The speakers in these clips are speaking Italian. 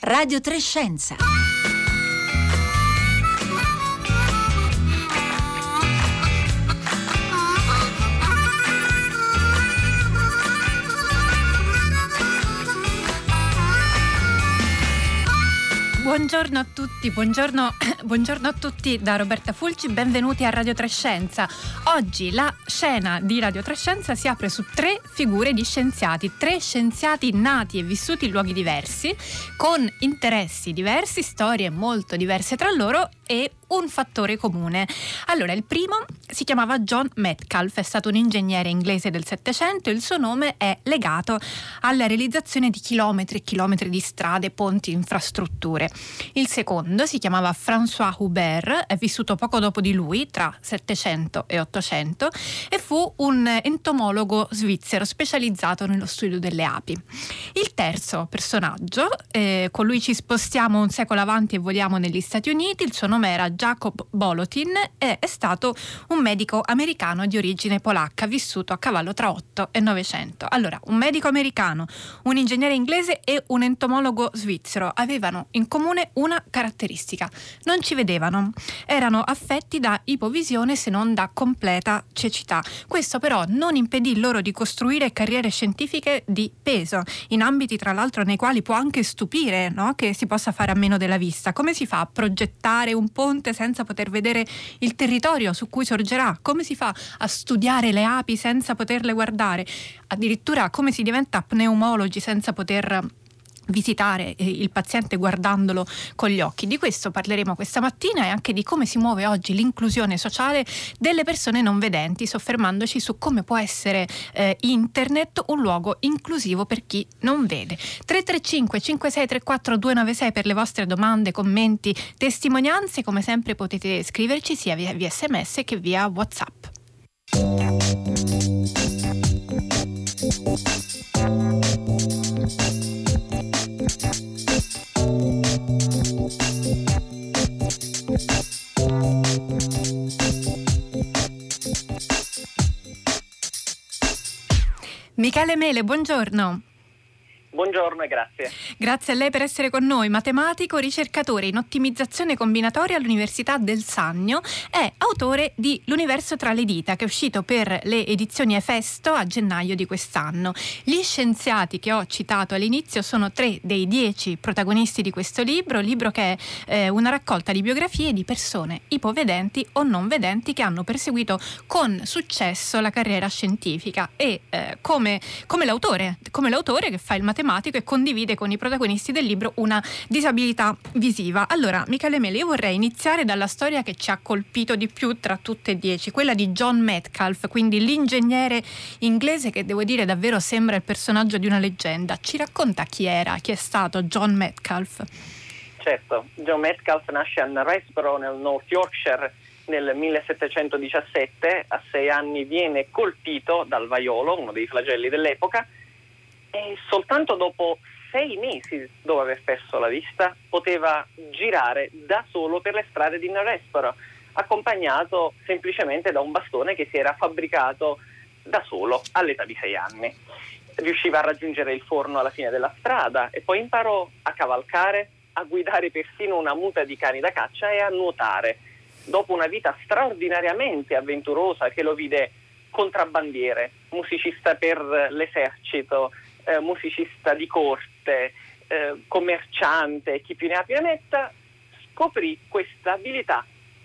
Radio 3 Scienza. Buongiorno a tutti, buongiorno a tutti da Roberta Fulci, benvenuti a Radio 3 Scienza. Oggi la scena di Radio 3 Scienza si apre su 3 figure di scienziati, 3 scienziati nati e vissuti in luoghi diversi, con interessi diversi, storie molto diverse tra loro e un fattore comune. Allora, il primo si chiamava John Metcalfe, è stato un ingegnere inglese del Settecento, il suo nome è legato alla realizzazione di chilometri e chilometri di strade, ponti, infrastrutture. Il secondo si chiamava François Huber, è vissuto poco dopo di lui, tra 700 e 800, e fu un entomologo svizzero specializzato nello studio delle api. Il terzo personaggio, con lui ci spostiamo un secolo avanti e voliamo negli Stati Uniti, il suo nome era Jacob Bolotin e è stato un medico americano di origine polacca, vissuto a cavallo tra 8 e 900. Allora, un medico americano, un ingegnere inglese e un entomologo svizzero avevano in comune una caratteristica: non ci vedevano, erano affetti da ipovisione se non da completa cecità. Questo però non impedì loro di costruire carriere scientifiche di peso, in ambiti tra l'altro nei quali può anche stupire, no? Che si possa fare a meno della vista. Come si fa a progettare un ponte senza poter vedere il territorio su cui sorgerà? Come si fa a studiare le api senza poterle guardare? Addirittura come si diventa pneumologi senza poter visitare il paziente guardandolo con gli occhi? Di questo parleremo questa mattina e anche di come si muove oggi l'inclusione sociale delle persone non vedenti, soffermandoci su come può essere internet un luogo inclusivo per chi non vede. 335 5634 296 per le vostre domande, commenti, testimonianze. Come sempre potete scriverci sia via SMS che via WhatsApp. Michele Mele, buongiorno. Buongiorno e grazie. Grazie a lei per essere con noi. Matematico, ricercatore in ottimizzazione combinatoria all'Università del Sannio, è autore di L'universo tra le dita, che è uscito per le edizioni Efesto a gennaio di quest'anno. Gli scienziati che ho citato all'inizio sono 3 dei 10 protagonisti di questo libro che è una raccolta di biografie di persone ipovedenti o non vedenti che hanno perseguito con successo la carriera scientifica e come l'autore che fa il matematico e condivide con i protagonisti del libro una disabilità visiva. Allora, Michele Mele, io vorrei iniziare dalla storia che ci ha colpito di più tra tutte e 10, quella di John Metcalfe, quindi l'ingegnere inglese che, devo dire, davvero sembra il personaggio di una leggenda. Ci racconta chi è stato John Metcalfe? Certo, John Metcalfe nasce a Knaresborough nel North Yorkshire nel 1717, a 6 anni viene colpito dal vaiolo, uno dei flagelli dell'epoca, e soltanto dopo 6 mesi, dopo aver perso la vista, poteva girare da solo per le strade di Knaresborough, accompagnato semplicemente da un bastone che si era fabbricato da solo all'età di 6 anni. Riusciva a raggiungere il forno alla fine della strada e poi imparò a cavalcare, a guidare persino una muta di cani da caccia e a nuotare. Dopo una vita straordinariamente avventurosa che lo vide contrabbandiere, musicista per l'esercito, musicista di corte, commerciante, chi più ne ha più ne metta, scoprì questa abilità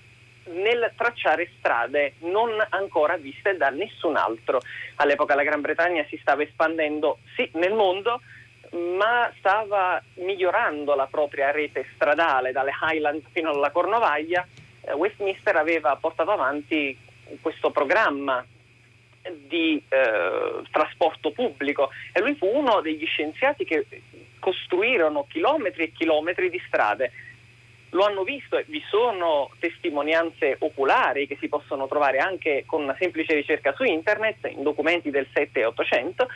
nel tracciare strade non ancora viste da nessun altro. All'epoca la Gran Bretagna si stava espandendo, sì, nel mondo, ma stava migliorando la propria rete stradale, dalle Highlands fino alla Cornovaglia. Westminster aveva portato avanti questo programma di trasporto pubblico e lui fu uno degli scienziati che costruirono chilometri e chilometri di strade. Lo hanno visto e vi sono testimonianze oculari che si possono trovare anche con una semplice ricerca su internet, in documenti del 7 e 800,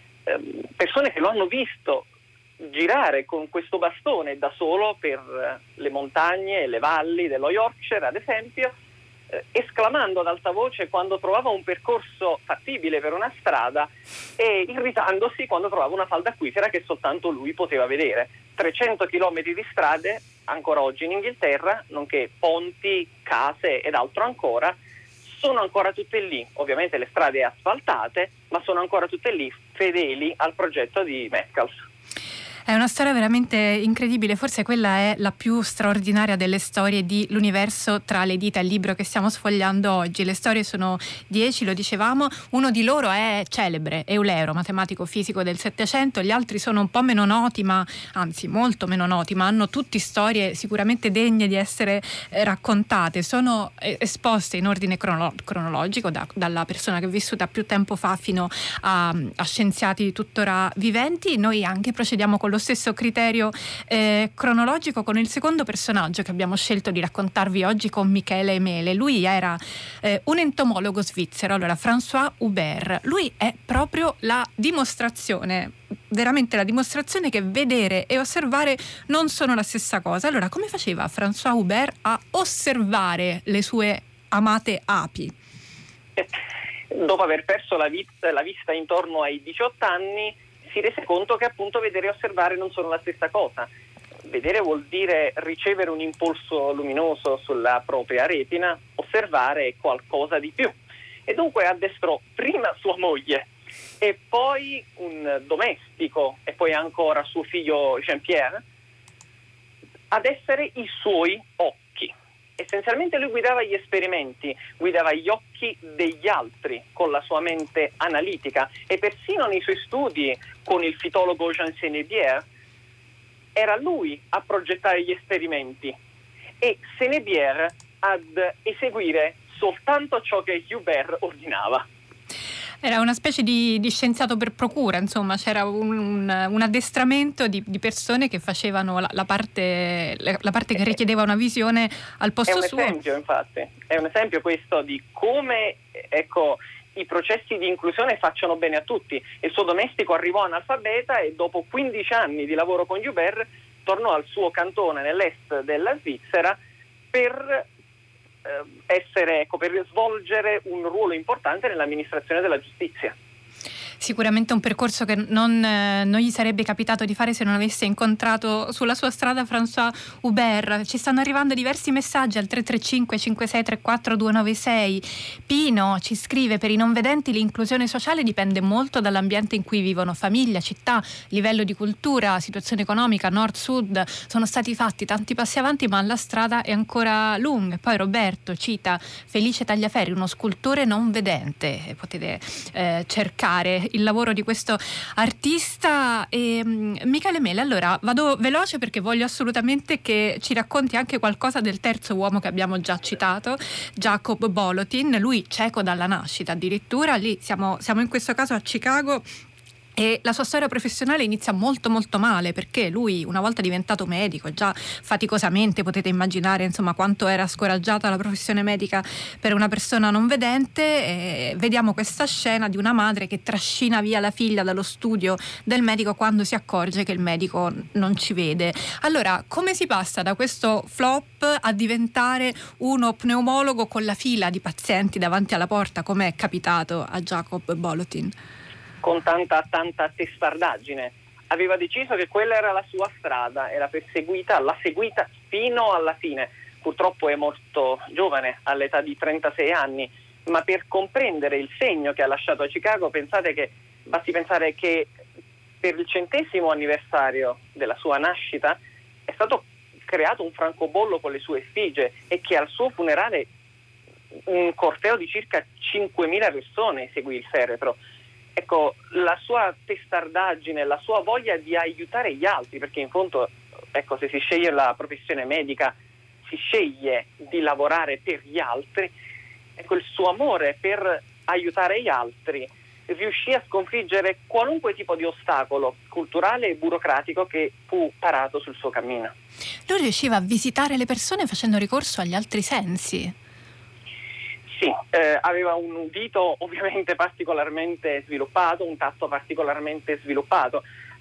persone che lo hanno visto girare con questo bastone da solo per le montagne e le valli dello Yorkshire, ad esempio, esclamando ad alta voce quando trovava un percorso fattibile per una strada e irritandosi quando trovava una falda acquifera che soltanto lui poteva vedere. 300 chilometri di strade ancora oggi in Inghilterra, nonché ponti, case ed altro ancora, sono ancora tutte lì, ovviamente le strade asfaltate, ma sono ancora tutte lì fedeli al progetto di Metcalfe. È una storia veramente incredibile, forse quella è la più straordinaria delle storie di L'universo tra le dita, il libro che stiamo sfogliando oggi. Le storie sono 10, lo dicevamo, uno di loro è celebre, Eulero, matematico fisico del Settecento, gli altri sono un po' meno noti, anzi molto meno noti, ma hanno tutti storie sicuramente degne di essere raccontate. Sono esposte in ordine cronologico, dalla persona che è vissuta più tempo fa fino a scienziati tuttora viventi. Noi anche procediamo con lo stesso criterio cronologico con il secondo personaggio che abbiamo scelto di raccontarvi oggi con Michele Mele. Lui era un entomologo svizzero, allora François Huber. Lui è proprio la dimostrazione, veramente la dimostrazione che vedere e osservare non sono la stessa cosa. Allora, come faceva François Huber a osservare le sue amate api? Dopo aver perso la vista intorno ai 18 anni, si rese conto che appunto vedere e osservare non sono la stessa cosa. Vedere vuol dire ricevere un impulso luminoso sulla propria retina, osservare qualcosa di più. E dunque addestrò prima sua moglie e poi un domestico e poi ancora suo figlio Jean-Pierre ad essere i suoi occhi. Essenzialmente lui guidava gli esperimenti, guidava gli occhi degli altri con la sua mente analitica e persino nei suoi studi con il fitologo Jean Senebier era lui a progettare gli esperimenti e Senebier ad eseguire soltanto ciò che Huber ordinava. Era una specie di scienziato per procura, insomma, c'era un addestramento di persone che facevano la parte che richiedeva una visione al posto suo. È un esempio, infatti, è un esempio questo di come, i processi di inclusione facciano bene a tutti. Il suo domestico arrivò analfabeta e dopo 15 anni di lavoro con Huber tornò al suo cantone nell'est della Svizzera per svolgere un ruolo importante nell'amministrazione della giustizia. Sicuramente un percorso che non gli sarebbe capitato di fare se non avesse incontrato sulla sua strada François Huber. Ci stanno arrivando diversi messaggi al 335 5634 296. Pino ci scrive: per i non vedenti l'inclusione sociale dipende molto dall'ambiente in cui vivono, famiglia, città, livello di cultura, situazione economica, nord-sud. Sono stati fatti tanti passi avanti ma la strada è ancora lunga. Poi Roberto cita Felice Tagliaferri, uno scultore non vedente. Potete cercare il lavoro di questo artista. E Michele Mele, allora vado veloce perché voglio assolutamente che ci racconti anche qualcosa del terzo uomo che abbiamo già citato, Jacob Bolotin. Lui cieco dalla nascita, addirittura lì siamo in questo caso a Chicago. E la sua storia professionale inizia molto molto male, perché lui, una volta diventato medico, già faticosamente, potete immaginare insomma quanto era scoraggiata la professione medica per una persona non vedente. Vediamo questa scena di una madre che trascina via la figlia dallo studio del medico quando si accorge che il medico non ci vede. Allora, come si passa da questo flop a diventare uno pneumologo con la fila di pazienti davanti alla porta, come è capitato a Jacob Bolotin? Con tanta testardaggine. Aveva deciso che quella era la sua strada e l'ha seguita fino alla fine. Purtroppo è morto giovane, all'età di 36 anni, ma per comprendere il segno che ha lasciato a Chicago basti pensare che per il 100° anniversario della sua nascita è stato creato un francobollo con le sue effigie e che al suo funerale un corteo di circa 5.000 persone seguì il feretro. Ecco, la sua testardaggine, la sua voglia di aiutare gli altri, perché in fondo, se si sceglie la professione medica, si sceglie di lavorare per gli altri. Ecco, il suo amore per aiutare gli altri riuscì a sconfiggere qualunque tipo di ostacolo culturale e burocratico che fu parato sul suo cammino. Lui riusciva a visitare le persone facendo ricorso agli altri sensi. Sì, aveva un udito ovviamente particolarmente sviluppato, un tatto particolarmente sviluppato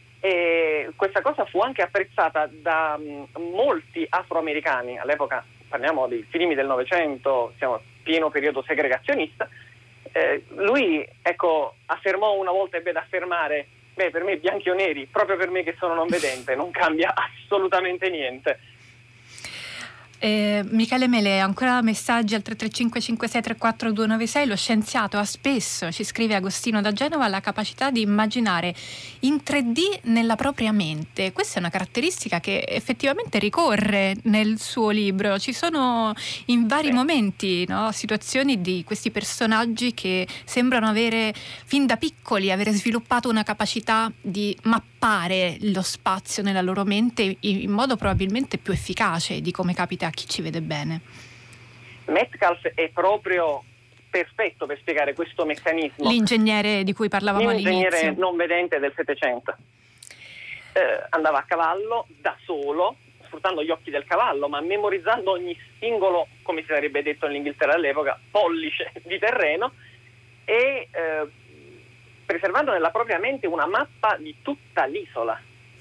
e questa cosa fu anche apprezzata da molti afroamericani. All'epoca, parliamo dei primi del Novecento, siamo pieno periodo segregazionista. Lui, ecco, affermò una volta, ebbe ad affermare: per me bianchi o neri, proprio per me che sono non vedente, non cambia assolutamente niente. Michele Mele, ancora messaggi al 335 5634 296. Lo scienziato ha spesso, ci scrive Agostino da Genova, la capacità di immaginare in 3D nella propria mente. Questa è una caratteristica che effettivamente ricorre nel suo libro. Ci sono in vari momenti, no, situazioni di questi personaggi che sembrano avere fin da piccoli avere sviluppato una capacità di mappare lo spazio nella loro mente in modo probabilmente più efficace di come capita a chi ci vede bene. Metcalfe è proprio perfetto per spiegare questo meccanismo. L'ingegnere di cui parlavamo all'inizio. L'ingegnere non vedente del Settecento. Andava a cavallo da solo, sfruttando gli occhi del cavallo, ma memorizzando ogni singolo, come si sarebbe detto nell'Inghilterra all'epoca, pollice di terreno, e preservando nella propria mente una mappa di tutta l'isola.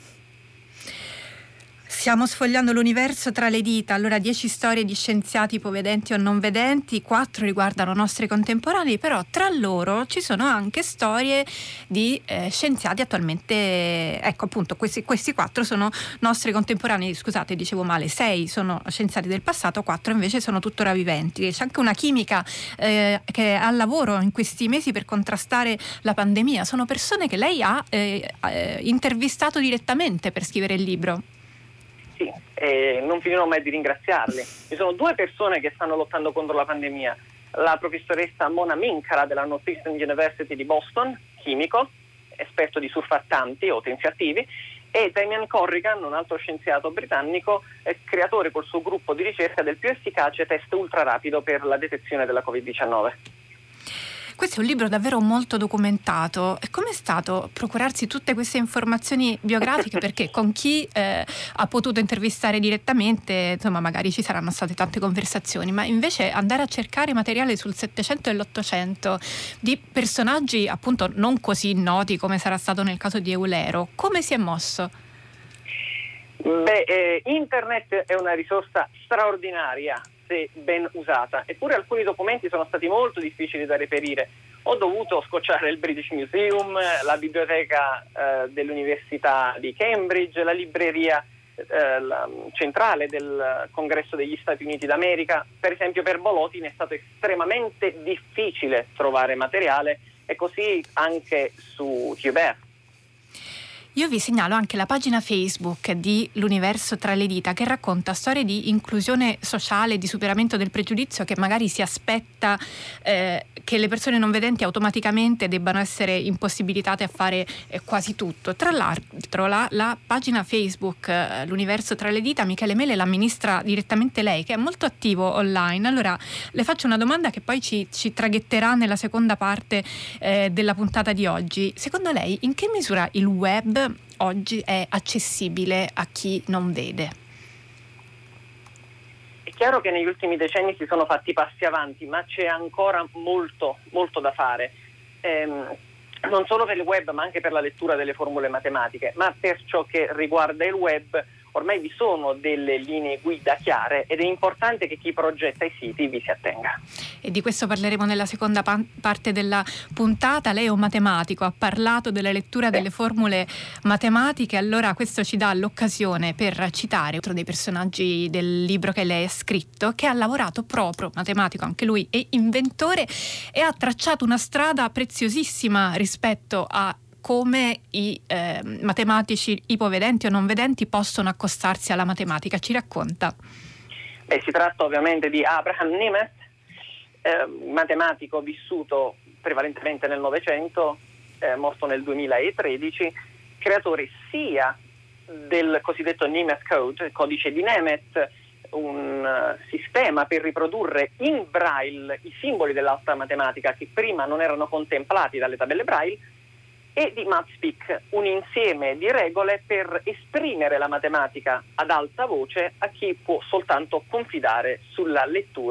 Stiamo sfogliando l'universo tra le dita. Allora, 10 storie di scienziati ipovedenti o non vedenti, 4 riguardano nostri contemporanei, però tra loro ci sono anche storie di scienziati attualmente, ecco appunto, questi 4 sono nostri contemporanei, scusate, dicevo male, 6 sono scienziati del passato, 4 invece sono tuttora viventi. C'è anche una chimica che è al lavoro in questi mesi per contrastare la pandemia. Sono persone che lei ha intervistato direttamente per scrivere il libro. Sì, non finirò mai di ringraziarli. Ci sono 2 persone che stanno lottando contro la pandemia: la professoressa Mona Minkara della Northeastern University di Boston, chimico, esperto di surfattanti o tensioattivi, e Damian Corrigan, un altro scienziato britannico, creatore col suo gruppo di ricerca del più efficace test ultrarapido per la detezione della Covid-19. Questo è un libro davvero molto documentato. E com'è stato procurarsi tutte queste informazioni biografiche? Perché con chi ha potuto intervistare direttamente, insomma, magari ci saranno state tante conversazioni, ma invece andare a cercare materiale sul Settecento e l'Ottocento di personaggi appunto non così noti come sarà stato nel caso di Eulero, come si è mosso? Internet è una risorsa straordinaria se ben usata, eppure alcuni documenti sono stati molto difficili da reperire. Ho dovuto scocciare il British Museum, la biblioteca dell'Università di Cambridge, la libreria centrale del Congresso degli Stati Uniti d'America. Per esempio per Bolotin è stato estremamente difficile trovare materiale, e così anche su Hubert. Io vi segnalo anche la pagina Facebook di L'Universo tra le dita, che racconta storie di inclusione sociale, di superamento del pregiudizio che magari si aspetta che le persone non vedenti automaticamente debbano essere impossibilitate a fare quasi tutto. Tra l'altro la pagina Facebook L'Universo tra le dita, Michele Mele l'amministra direttamente lei, che è molto attivo online. Allora le faccio una domanda che poi ci traghetterà nella seconda parte della puntata di oggi. Secondo lei, in che misura il web oggi è accessibile a chi non vede? È chiaro che negli ultimi decenni si sono fatti passi avanti, ma c'è ancora molto, molto da fare, non solo per il web ma anche per la lettura delle formule matematiche. Ma per ciò che riguarda il web ormai vi sono delle linee guida chiare ed è importante che chi progetta i siti vi si attenga. E di questo parleremo nella seconda parte della puntata. Lei è un matematico, ha parlato della lettura delle formule matematiche, allora questo ci dà l'occasione per citare altro dei personaggi del libro che lei ha scritto, che ha lavorato proprio, matematico anche lui, e inventore, e ha tracciato una strada preziosissima rispetto a come i matematici ipovedenti o non vedenti possono accostarsi alla matematica. Ci racconta? Si tratta ovviamente di Abraham Nimes, matematico vissuto prevalentemente nel Novecento, morto nel 2013, creatore sia del cosiddetto Nimes Code, il codice di Nemeth, un sistema per riprodurre in Braille i simboli dell'alta matematica che prima non erano contemplati dalle tabelle Braille, e di MathSpeak, un insieme di regole per esprimere la matematica ad alta voce a chi può soltanto confidare sulla lettura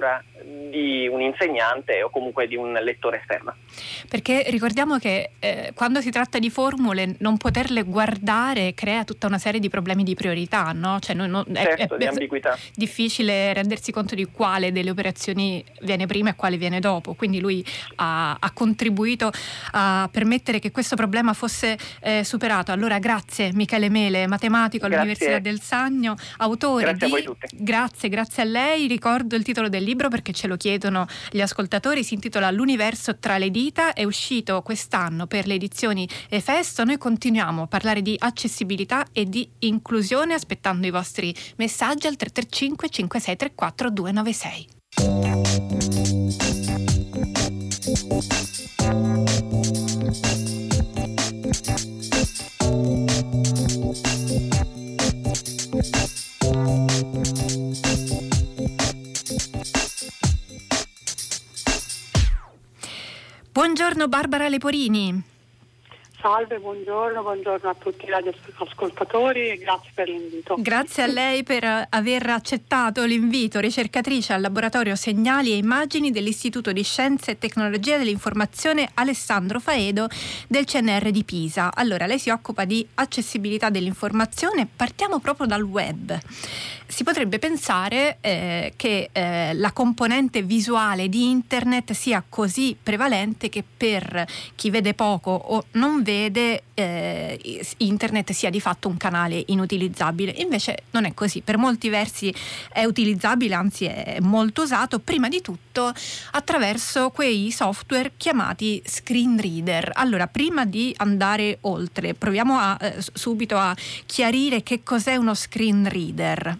di un insegnante o comunque di un lettore esterno. Perché ricordiamo che quando si tratta di formule non poterle guardare crea tutta una serie di problemi di priorità, no? Cioè Certo, di ambiguità. Difficile rendersi conto di quale delle operazioni viene prima e quale viene dopo, quindi lui ha contribuito a permettere che questo problema fosse superato. Allora grazie Michele Mele, matematico all'Università del Sannio, autore grazie a voi tutti. Grazie a lei. Ricordo il titolo del libro perché ce lo chiedono gli ascoltatori, si intitola L'universo tra le dita, è uscito quest'anno per le edizioni Efesto. Noi continuiamo a parlare di accessibilità e di inclusione aspettando i vostri messaggi al 335 5634 296. Buongiorno Barbara Leporini. Salve, buongiorno a tutti i radioascoltatori e grazie per l'invito. Grazie a lei per aver accettato l'invito, ricercatrice al laboratorio Segnali e Immagini dell'Istituto di Scienze e Tecnologia dell'Informazione Alessandro Faedo del CNR di Pisa. Allora, lei si occupa di accessibilità dell'informazione, partiamo proprio dal web. Si potrebbe pensare che la componente visuale di internet sia così prevalente che per chi vede poco o non vede internet sia di fatto un canale inutilizzabile. Invece non è così, per molti versi è utilizzabile, anzi è molto usato, prima di tutto attraverso quei software chiamati screen reader. Allora, prima di andare oltre, proviamo subito a chiarire che cos'è uno screen reader.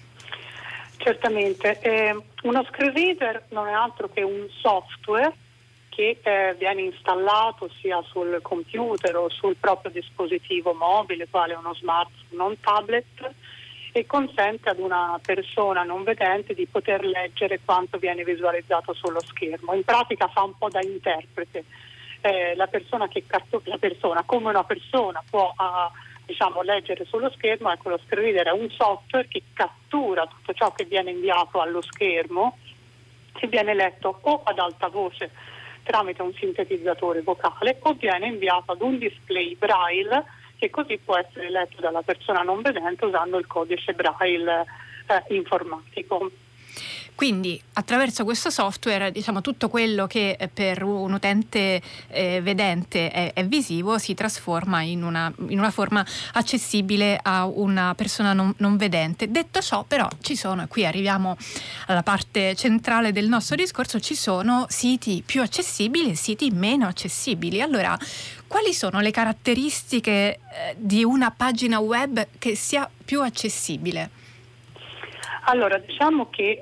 Certamente, uno screen reader non è altro che un software che viene installato sia sul computer o sul proprio dispositivo mobile, quale uno smartphone o un tablet, e consente ad una persona non vedente di poter leggere quanto viene visualizzato sullo schermo. In pratica fa un po' da interprete. La persona come una persona può leggere sullo schermo, ecco, lo screen reader è un software che cattura tutto ciò che viene inviato allo schermo e viene letto o ad alta voce tramite un sintetizzatore vocale o viene inviato ad un display braille che così può essere letto dalla persona non vedente usando il codice braille informatico. Quindi attraverso questo software, tutto quello che per un utente vedente è visivo si trasforma in una forma accessibile a una persona non vedente. Detto ciò, però, ci sono, e qui arriviamo alla parte centrale del nostro discorso, ci sono siti più accessibili e siti meno accessibili. Allora, quali sono le caratteristiche di una pagina web che sia più accessibile? Allora, diciamo che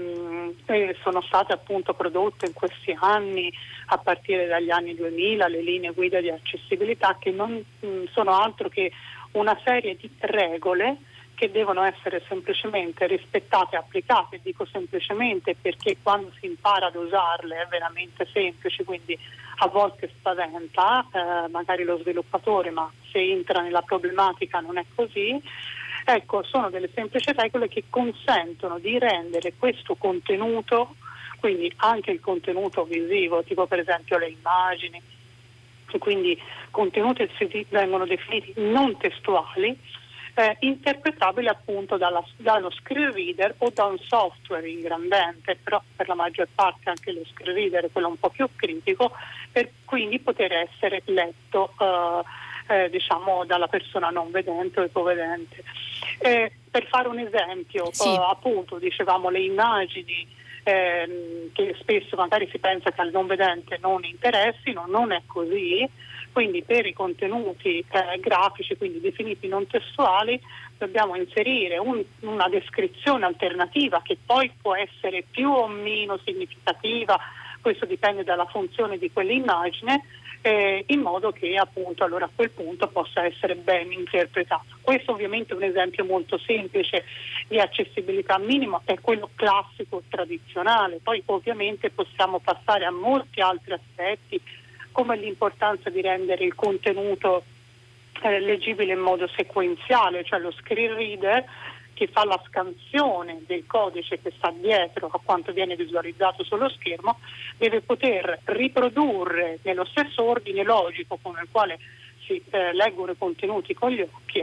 sono state appunto prodotte in questi anni, a partire dagli anni 2000, le linee guida di accessibilità che non sono altro che una serie di regole che devono essere semplicemente rispettate e applicate. Dico semplicemente perché quando si impara ad usarle è veramente semplice, quindi a volte spaventa magari lo sviluppatore, ma se entra nella problematica non è così. Ecco, sono delle semplici regole che consentono di rendere questo contenuto, quindi anche il contenuto visivo, tipo per esempio le immagini, quindi contenuti vengono definiti non testuali, interpretabili appunto dallo screen reader o da un software ingrandente, però per la maggior parte anche lo screen reader è quello un po' più critico, per quindi poter essere letto dalla persona non vedente o ipovedente. Per fare un esempio, sì. Appunto dicevamo le immagini che spesso magari si pensa che al non vedente non interessino, non è così. Quindi per i contenuti grafici, quindi definiti non testuali, dobbiamo inserire una descrizione alternativa che poi può essere più o meno significativa, questo dipende dalla funzione di quell'immagine, in modo che appunto allora a quel punto possa essere ben interpretato. Questo ovviamente è un esempio molto semplice di accessibilità minima, è quello classico tradizionale, poi ovviamente possiamo passare a molti altri aspetti come l'importanza di rendere il contenuto leggibile in modo sequenziale, cioè lo screen reader che fa la scansione del codice che sta dietro a quanto viene visualizzato sullo schermo, deve poter riprodurre nello stesso ordine logico con il quale si leggono i contenuti con gli occhi,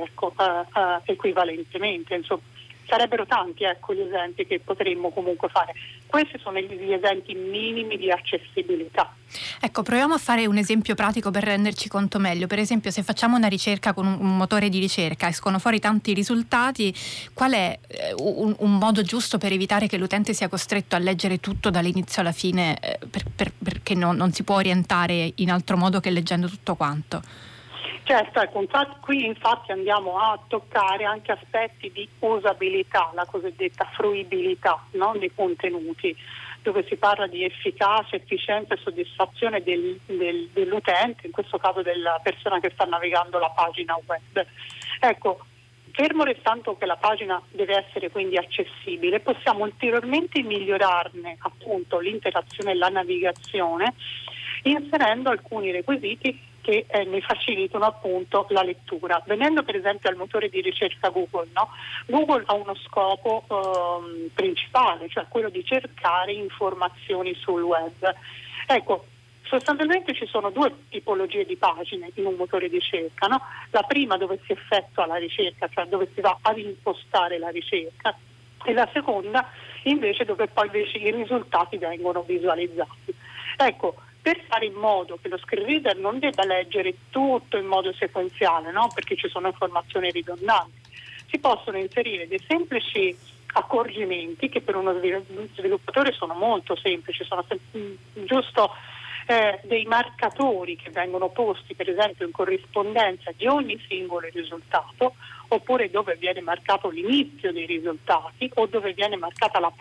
equivalentemente. Insomma, sarebbero tanti gli esempi che potremmo comunque fare. Questi sono gli esempi minimi di accessibilità. Ecco, proviamo a fare un esempio pratico per renderci conto meglio. Per esempio, se facciamo una ricerca con un motore di ricerca, escono fuori tanti risultati, qual è un modo giusto per evitare che l'utente sia costretto a leggere tutto dall'inizio alla fine, perché non si può orientare in altro modo che leggendo tutto quanto? Certo, qui infatti andiamo a toccare anche aspetti di usabilità, la cosiddetta fruibilità, no? Dei contenuti, dove si parla di efficacia, efficienza e soddisfazione dell'utente, in questo caso della persona che sta navigando la pagina web. Ecco, fermo restando che la pagina deve essere quindi accessibile, possiamo ulteriormente migliorarne appunto l'interazione e la navigazione inserendo alcuni requisiti che ne facilitano appunto la lettura. Venendo per esempio al motore di ricerca Google, no? Google ha uno scopo principale, cioè quello di cercare informazioni sul web. Ecco, sostanzialmente ci sono due tipologie di pagine in un motore di ricerca, no? La prima dove si effettua la ricerca, cioè dove si va ad impostare la ricerca, e la seconda invece dove poi invece i risultati vengono visualizzati. Ecco, per fare in modo che lo screen reader non debba leggere tutto in modo sequenziale, no? Perché ci sono informazioni ridondanti, si possono inserire dei semplici accorgimenti che per uno sviluppatore sono molto semplici, sono giusto dei marcatori che vengono posti per esempio in corrispondenza di ogni singolo risultato, oppure dove viene marcato l'inizio dei risultati o dove viene marcata la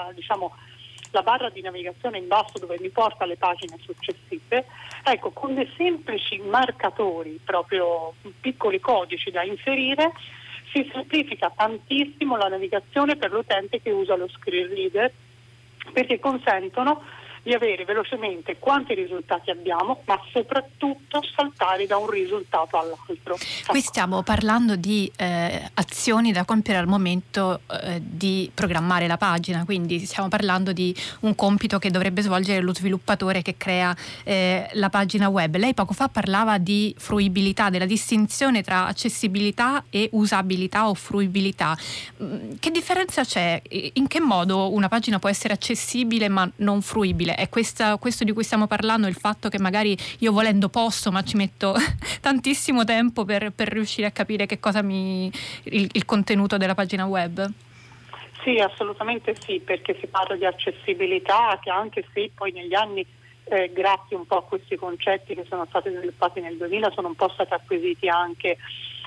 barra di navigazione in basso dove mi porta alle pagine successive. Ecco, con dei semplici marcatori, proprio piccoli codici da inserire, si semplifica tantissimo la navigazione per l'utente che usa lo screen reader, perché consentono di avere velocemente quanti risultati abbiamo, ma soprattutto saltare da un risultato all'altro. Qui stiamo parlando di azioni da compiere al momento di programmare la pagina, quindi stiamo parlando di un compito che dovrebbe svolgere lo sviluppatore che crea la pagina web. Lei poco fa parlava di fruibilità, della distinzione tra accessibilità e usabilità o fruibilità. Che differenza c'è? In che modo una pagina può essere accessibile ma non fruibile? È questo di cui stiamo parlando, il fatto che magari io volendo posso, ma ci metto tantissimo tempo per riuscire a capire che cosa il contenuto della pagina web? Sì, assolutamente sì, perché si parla di accessibilità che anche se poi negli anni grazie un po' a questi concetti che sono stati sviluppati nel 2000 sono un po' stati acquisiti anche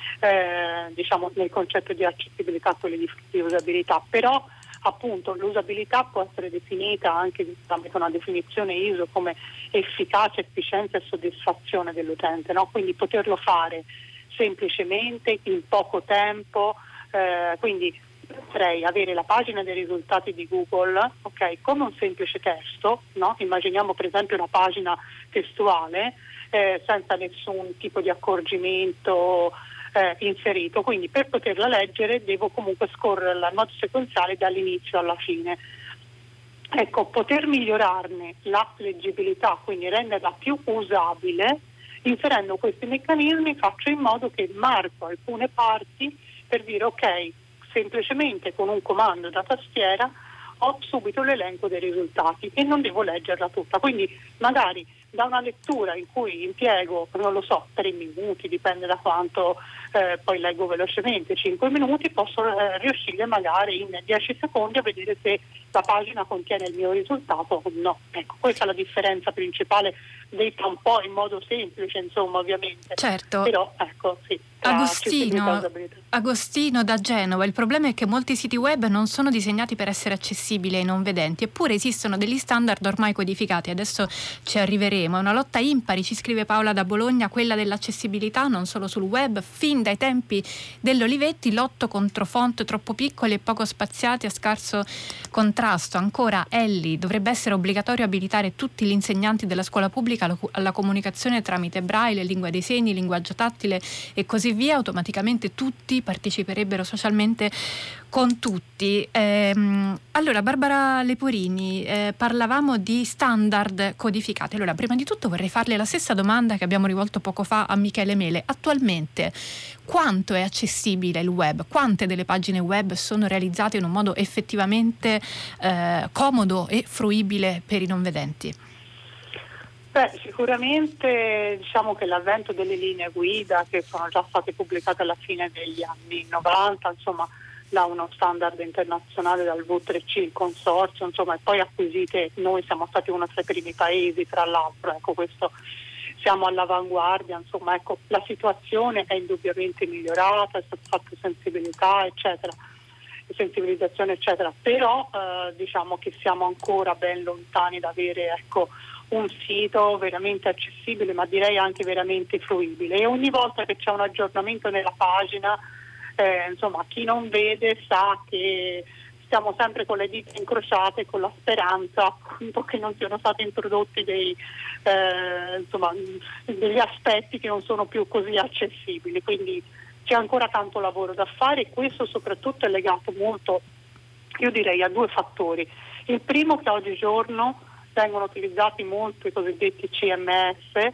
nel concetto di accessibilità, quelli di usabilità, però appunto l'usabilità può essere definita anche tramite una definizione ISO come efficacia, efficienza e soddisfazione dell'utente, no? Quindi poterlo fare semplicemente in poco tempo, quindi potrei avere la pagina dei risultati di Google, ok, come un semplice testo, no? Immaginiamo per esempio una pagina testuale senza nessun tipo di accorgimento inserito, quindi per poterla leggere devo comunque scorrerla in modo sequenziale dall'inizio alla fine. Ecco, poter migliorarne la leggibilità, quindi renderla più usabile, inserendo questi meccanismi faccio in modo che marco alcune parti per dire ok, semplicemente con un comando da tastiera ho subito l'elenco dei risultati e non devo leggerla tutta, quindi magari da una lettura in cui impiego, non lo so, 3 minuti, dipende da quanto poi leggo velocemente, 5 minuti, posso riuscire magari in 10 secondi a vedere se la pagina contiene il mio risultato o no. Ecco, questa è la differenza principale, detta un po' in modo semplice, insomma, ovviamente. Certo. Però, ecco, sì. Agostino da Genova, il problema è che molti siti web non sono disegnati per essere accessibili ai non vedenti, eppure esistono degli standard ormai codificati, adesso ci arriveremo. È una lotta impari, ci scrive Paola da Bologna, quella dell'accessibilità non solo sul web, fin dai tempi dell'Olivetti, lotto contro font troppo piccoli e poco spaziati a scarso contrasto. Ancora Elli, dovrebbe essere obbligatorio abilitare tutti gli insegnanti della scuola pubblica alla comunicazione tramite braille, lingua dei segni, linguaggio tattile e così così via, automaticamente tutti parteciperebbero socialmente con tutti. Allora, Barbara Leporini, parlavamo di standard codificati. Allora, prima di tutto vorrei farle la stessa domanda che abbiamo rivolto poco fa a Michele Mele. Attualmente quanto è accessibile il web? Quante delle pagine web sono realizzate in un modo effettivamente comodo e fruibile per i non vedenti? Sicuramente diciamo che l'avvento delle linee guida, che sono già state pubblicate alla fine degli anni 90, insomma, da uno standard internazionale, dal V3C, il consorzio, insomma, e poi acquisite, noi siamo stati uno tra i primi paesi, tra l'altro, ecco, questo, siamo all'avanguardia, insomma, ecco, la situazione è indubbiamente migliorata, è stata fatta sensibilità, eccetera, sensibilizzazione, eccetera, però diciamo che siamo ancora ben lontani da avere, ecco, un sito veramente accessibile, ma direi anche veramente fruibile, e ogni volta che c'è un aggiornamento nella pagina, insomma, chi non vede sa che stiamo sempre con le dita incrociate, con la speranza appunto che non siano stati introdotti degli aspetti che non sono più così accessibili, quindi c'è ancora tanto lavoro da fare, e questo soprattutto è legato molto, io direi, a due fattori. Il primo, che oggigiorno vengono utilizzati molto i cosiddetti CMS,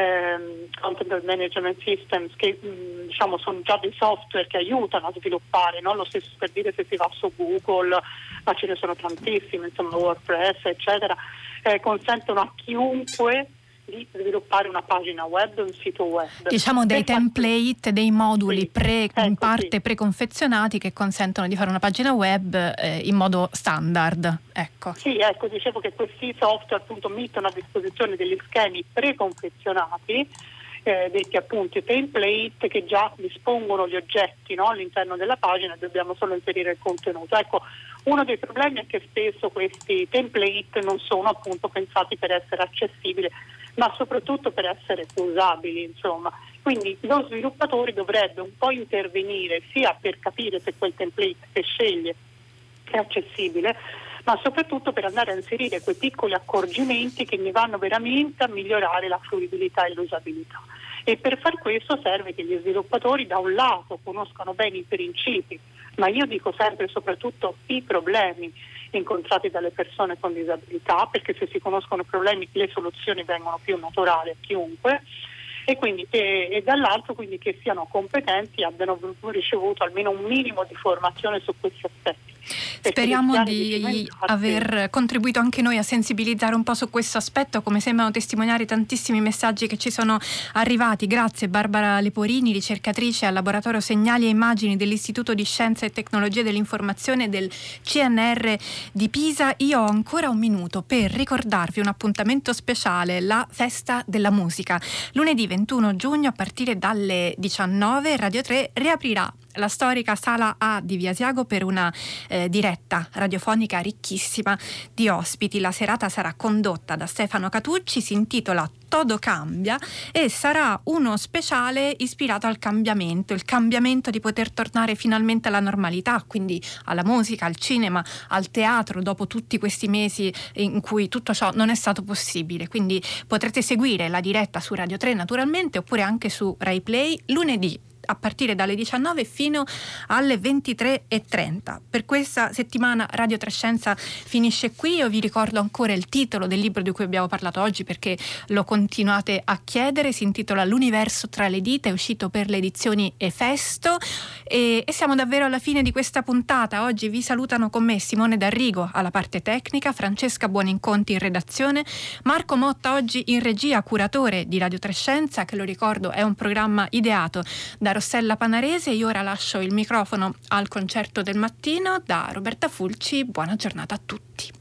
Content Management Systems, che diciamo sono già dei software che aiutano a sviluppare, no? Lo stesso per dire se si va su Google, ma ce ne sono tantissimi, insomma, WordPress, eccetera, consentono a chiunque di sviluppare una pagina web, un sito web. Diciamo dei template, dei moduli in parte sì, preconfezionati che consentono di fare una pagina web in modo standard. Ecco. Sì, ecco, dicevo che questi software appunto mettono a disposizione degli schemi preconfezionati, detti appunto template, che già dispongono gli oggetti, no, all'interno della pagina, dobbiamo solo inserire il contenuto. Ecco, uno dei problemi è che spesso questi template non sono appunto pensati per essere accessibili, ma soprattutto per essere usabili, insomma. Quindi lo sviluppatore dovrebbe un po' intervenire sia per capire se quel template che sceglie è accessibile, ma soprattutto per andare a inserire quei piccoli accorgimenti che ne vanno veramente a migliorare la fruibilità e l'usabilità. E per far questo serve che gli sviluppatori da un lato conoscano bene i principi, ma io dico sempre e soprattutto i problemi incontrati dalle persone con disabilità, perché se si conoscono i problemi le soluzioni vengono più naturali a chiunque, e quindi e dall'altro quindi che siano competenti e abbiano ricevuto almeno un minimo di formazione su questi aspetti. Speriamo di aver contribuito anche noi a sensibilizzare un po' su questo aspetto, come sembrano testimoniare tantissimi messaggi che ci sono arrivati. Grazie Barbara Leporini, ricercatrice al Laboratorio Segnali e Immagini dell'Istituto di Scienze e Tecnologie dell'Informazione del CNR di Pisa. Io ho ancora un minuto per ricordarvi un appuntamento speciale, la Festa della Musica. Lunedì 21 giugno a partire dalle 19 Radio 3 riaprirà la storica Sala A di Via Asiago per una diretta radiofonica ricchissima di ospiti. La serata sarà condotta da Stefano Catucci, si intitola Todo Cambia e sarà uno speciale ispirato al cambiamento, il cambiamento di poter tornare finalmente alla normalità, quindi alla musica, al cinema, al teatro, dopo tutti questi mesi in cui tutto ciò non è stato possibile. Quindi potrete seguire la diretta su Radio 3 naturalmente, oppure anche su Rai Play lunedì a partire dalle 19 fino alle 23:30. Per questa settimana Radio Trescenza finisce qui. Io vi ricordo ancora il titolo del libro di cui abbiamo parlato oggi, perché lo continuate a chiedere. Si intitola L'universo tra le dita, è uscito per le edizioni Efesto e siamo davvero alla fine di questa puntata. Oggi vi salutano con me Simone D'Arrigo alla parte tecnica, Francesca Buoninconti in redazione, Marco Motta oggi in regia, curatore di Radio Trescenza, che lo ricordo è un programma ideato da Rossella Panarese. Io ora lascio il microfono al concerto del mattino da Roberta Fulci. Buona giornata a tutti.